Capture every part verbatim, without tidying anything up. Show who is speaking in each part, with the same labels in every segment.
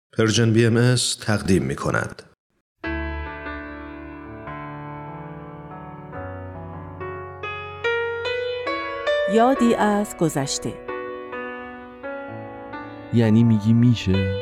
Speaker 1: پرژن بی ام اس تقدیم می کند.
Speaker 2: یادی از گذشته.
Speaker 3: یعنی میگی میشه؟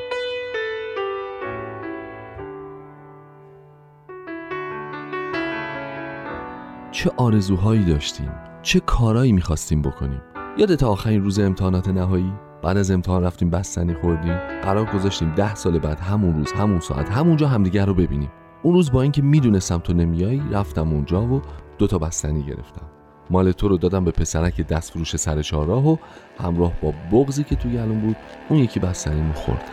Speaker 3: چه آرزوهایی داشتیم، چه کارایی میخواستیم بکنیم. یادت آخرین روز امتحانات نهایی؟ بعد از امتحان رفتیم بستنی خوردیم، قرار گذاشتیم ده سال بعد همون روز همون ساعت همونجا همدیگر رو ببینیم. اون روز با اینکه میدونستم تو نمیایی رفتم اونجا و دوتا بستنی گرفتم. مال تو رو دادم به پسرک دست فروش سر چهارراه و همراه با بغضی که تو گلوم بود اون یکی بستنی رو خوردم.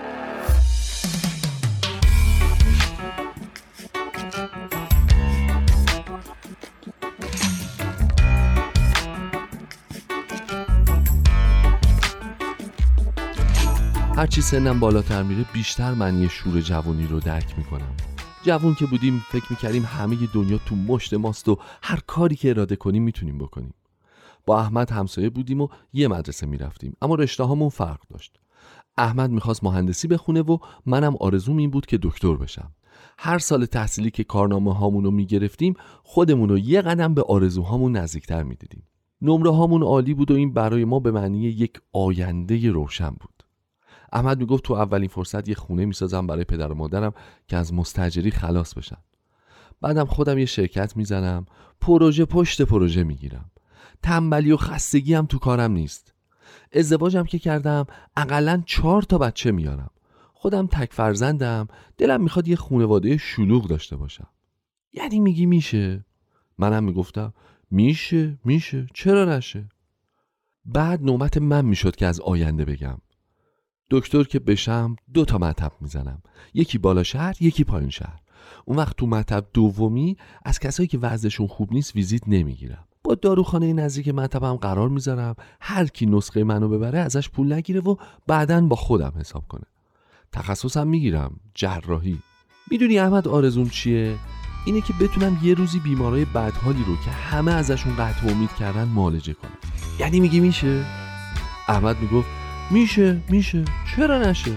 Speaker 3: هرچی سنم بالاتر میره بیشتر معنی شور جوانی رو درک میکنم. جوان که بودیم فکر میکردیم همه دنیا تو مشت ماست و هر کاری که اراده کنیم میتونیم بکنیم. با احمد همسایه بودیم و یه مدرسه میرفتیم، اما رشته هامون فرق داشت. احمد میخواست مهندسی بخونه و منم آرزوم این بود که دکتر بشم. هر سال تحصیلی که کارنامه هامون رو میگرفتیم خودمون رو یه قدم به آرزوهامون نزدیکتر میدیدیم. نمره هامون عالی بود و این برای ما به معنی یک آینده روشن بود. احمد میگفت تو اولین فرصت یه خونه میسازم برای پدر و مادرم که از مستاجری خلاص بشن. بعدم خودم یه شرکت میزنم، پروژه پشت پروژه میگیرم. تنبلی و خستگی هم تو کارم نیست. ازدواجم که کردم اقلن چهار تا بچه میارم. خودم تک فرزندم، دلم میخواد یه خانواده شلوغ داشته باشم. یعنی میگی میشه؟ منم میگفتم میشه میشه چرا نشه؟ بعد نوبت من میشد که از آینده بگم. دکتر که بشم دو تا مطب میزنم، یکی بالا شهر یکی پایین شهر. اون وقت تو مطب دومی از کسایی که وضعشون خوب نیست ویزیت نمیگیرم. با داروخانه نزدیک مطبم قرار میذارم، هر کی نسخه منو ببره ازش پول نگیره و بعداً با خودم حساب کنه. تخصصم میگیرم، جراحی. میدونی احمد آرزوم چیه؟ اینه که بتونم یه روزی بیمارای بدحالی رو که همه ازشون قطع امید کردن معالجه کنم. یعنی میگی میشه؟ احمد میگفت میشه میشه چرا نشه؟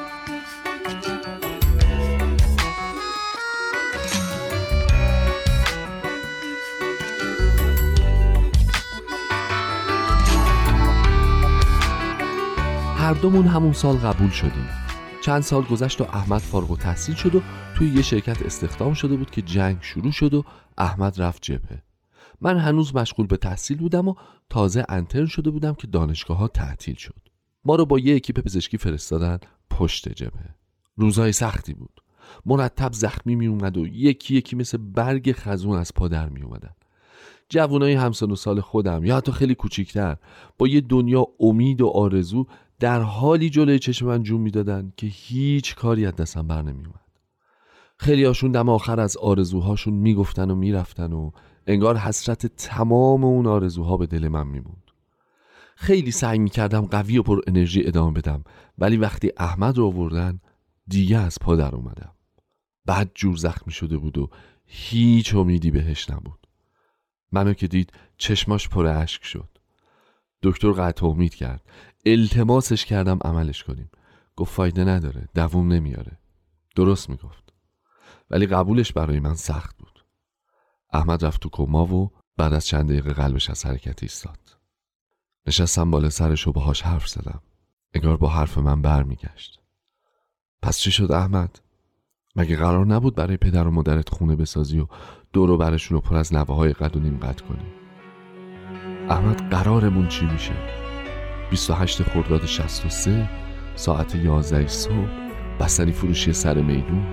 Speaker 3: هر دومون همون سال قبول شدیم. چند سال گذشت و احمد فارغ التحصیل شد و توی یه شرکت استخدام شده بود که جنگ شروع شد و احمد رفت جبهه. من هنوز مشغول به تحصیل بودم و تازه انترن شده بودم که دانشگاه ها تعطیل شد. ما رو با یه اکیپ پزشکی فرستادن پشت جبهه. روزای سختی بود. مرتب زخمی می اومد و یکی یکی مثل برگ خزون از پا در می اومدن. جوانای همسن و سال خودم یا حتی خیلی کوچیکتر با یه دنیا امید و آرزو در حالی جلوی چشم من جون میدادن که هیچ کاری از دستم بر نمی اومد. خیلی هاشون دم آخر از آرزوهاشون میگفتن و میرفتن و انگار حسرت تمام اون آرزوها به دل من میموند. خیلی سعی میکردم قوی و پر انرژی ادامه بدم، ولی وقتی احمد رو آوردن دیگه از پا در اومدم. بعد جور زخمی شده بود و هیچ امیدی بهش نبود. منو که دید چشماش پر اشک شد. دکتر قطع امید کرد. التماسش کردم عملش کنیم. گفت فایده نداره، دوام نمیاره. درست میگفت. ولی قبولش برای من سخت بود. احمد رفت تو کما و بعد از چند دقیقه قلبش از حرکت ایستاد. نشستم بالا سرش و باهاش حرف زدم. انگار با حرف من برمیگشت. پس چی شد احمد؟ مگه قرار نبود برای پدر و مادرت خونه بسازی و دور و برشون رو پر از نوه های قد و نیم قد کنی؟ احمد قرارمون چی میشه؟ بیست و هشت خرداد شصت و سه ساعت یازده صبح بستنی فروشی سر میدون.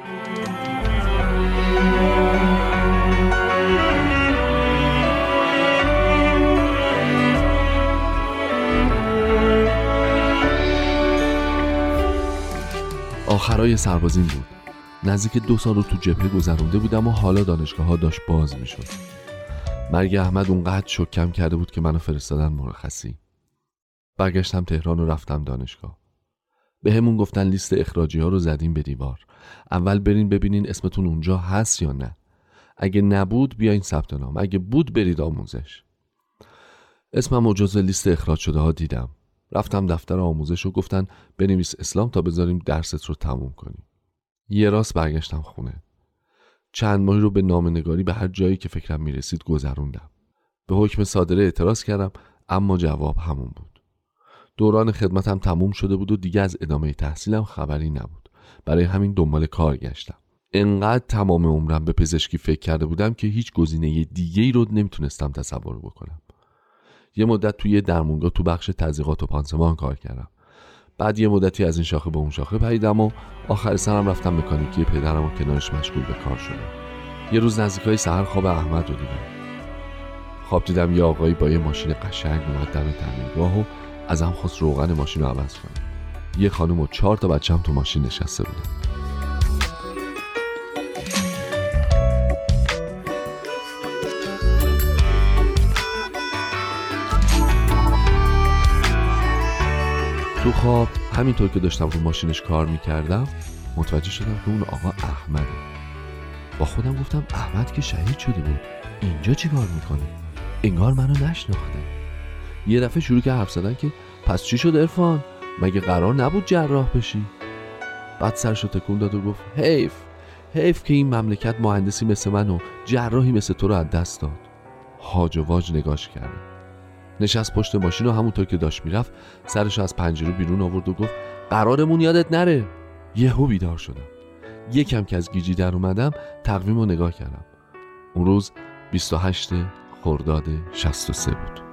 Speaker 3: آخرای سربازین بود. نزدیک دو سال رو تو جبهه گذرونده بودم و حالا دانشگاه ها داشت باز می شد. مرگ احمد اونقدر شوکم کرده بود که منو فرستادن مرخصی. برگشتم تهران و رفتم دانشگاه. به همون گفتن لیست اخراجی ها رو زدیم به دیوار. اول برین ببینین اسمتون اونجا هست یا نه. اگه نبود بیاین ثبت نام، اگه بود برید آموزش. اسمم جزو لیست اخراج شده ها دیدم. رفتم دفتر آموزش و گفتن بنویس اسلام تا بذاریم درست رو تموم کنیم. یه راست برگشتم خونه. چند ماهی رو به نامه‌نگاری به هر جایی که فکرم میرسید گذروندم. به حکم صادره اعتراض کردم اما جواب همون بود. دوران خدمتم تموم شده بود و دیگه از ادامه تحصیلم خبری نبود. برای همین دنبال کار گشتم. انقدر تمام عمرم به پزشکی فکر کرده بودم که هیچ گزینه دیگه‌ای رو نمیتونستم تصور بکنم. یه مدت توی درمونگاه تو بخش تزریقات و پانسمان کار کردم. بعد یه مدتی از این شاخه به اون شاخه پریدم و آخر سرم رفتم مکانیکی پدرم و کنارش مشغول به کار شدم. یه روز نزدیکای سحر خواب احمد رو دیدم. خواب دیدم یه آقایی با یه ماشین قشنگ اومد دم تعمیرگاه و ازم خواست روغن ماشین رو عوض کنم. یه خانم و چهار تا بچه‌م تو ماشین نشسته بودن. تو خواب همینطور که داشتم رو ماشینش کار میکردم متوجه شدم که اون آقا احمده. با خودم گفتم احمد که شهید شده بود، اینجا چی کار میکنه؟ انگار منو نشناخته. یه دفعه شروع که حرف زدن که پس چی شد عرفان؟ مگه قرار نبود جراح بشی؟ بعد سرشو تکون داد و گفت حیف حیف که این مملکت مهندسی مثل من و جراحی مثل تو رو از دست داد. هاج و واج نگاش کردم. نشست پشت ماشین و همونطور که داشت میرفت سرش از پنجره بیرون آورد و گفت قرارمون یادت نره. یهو بیدار شدم. یکم که از گیجی در اومدم تقویم رو نگاه کردم. اون روز بیست و هشت خرداد شصت و سه بود.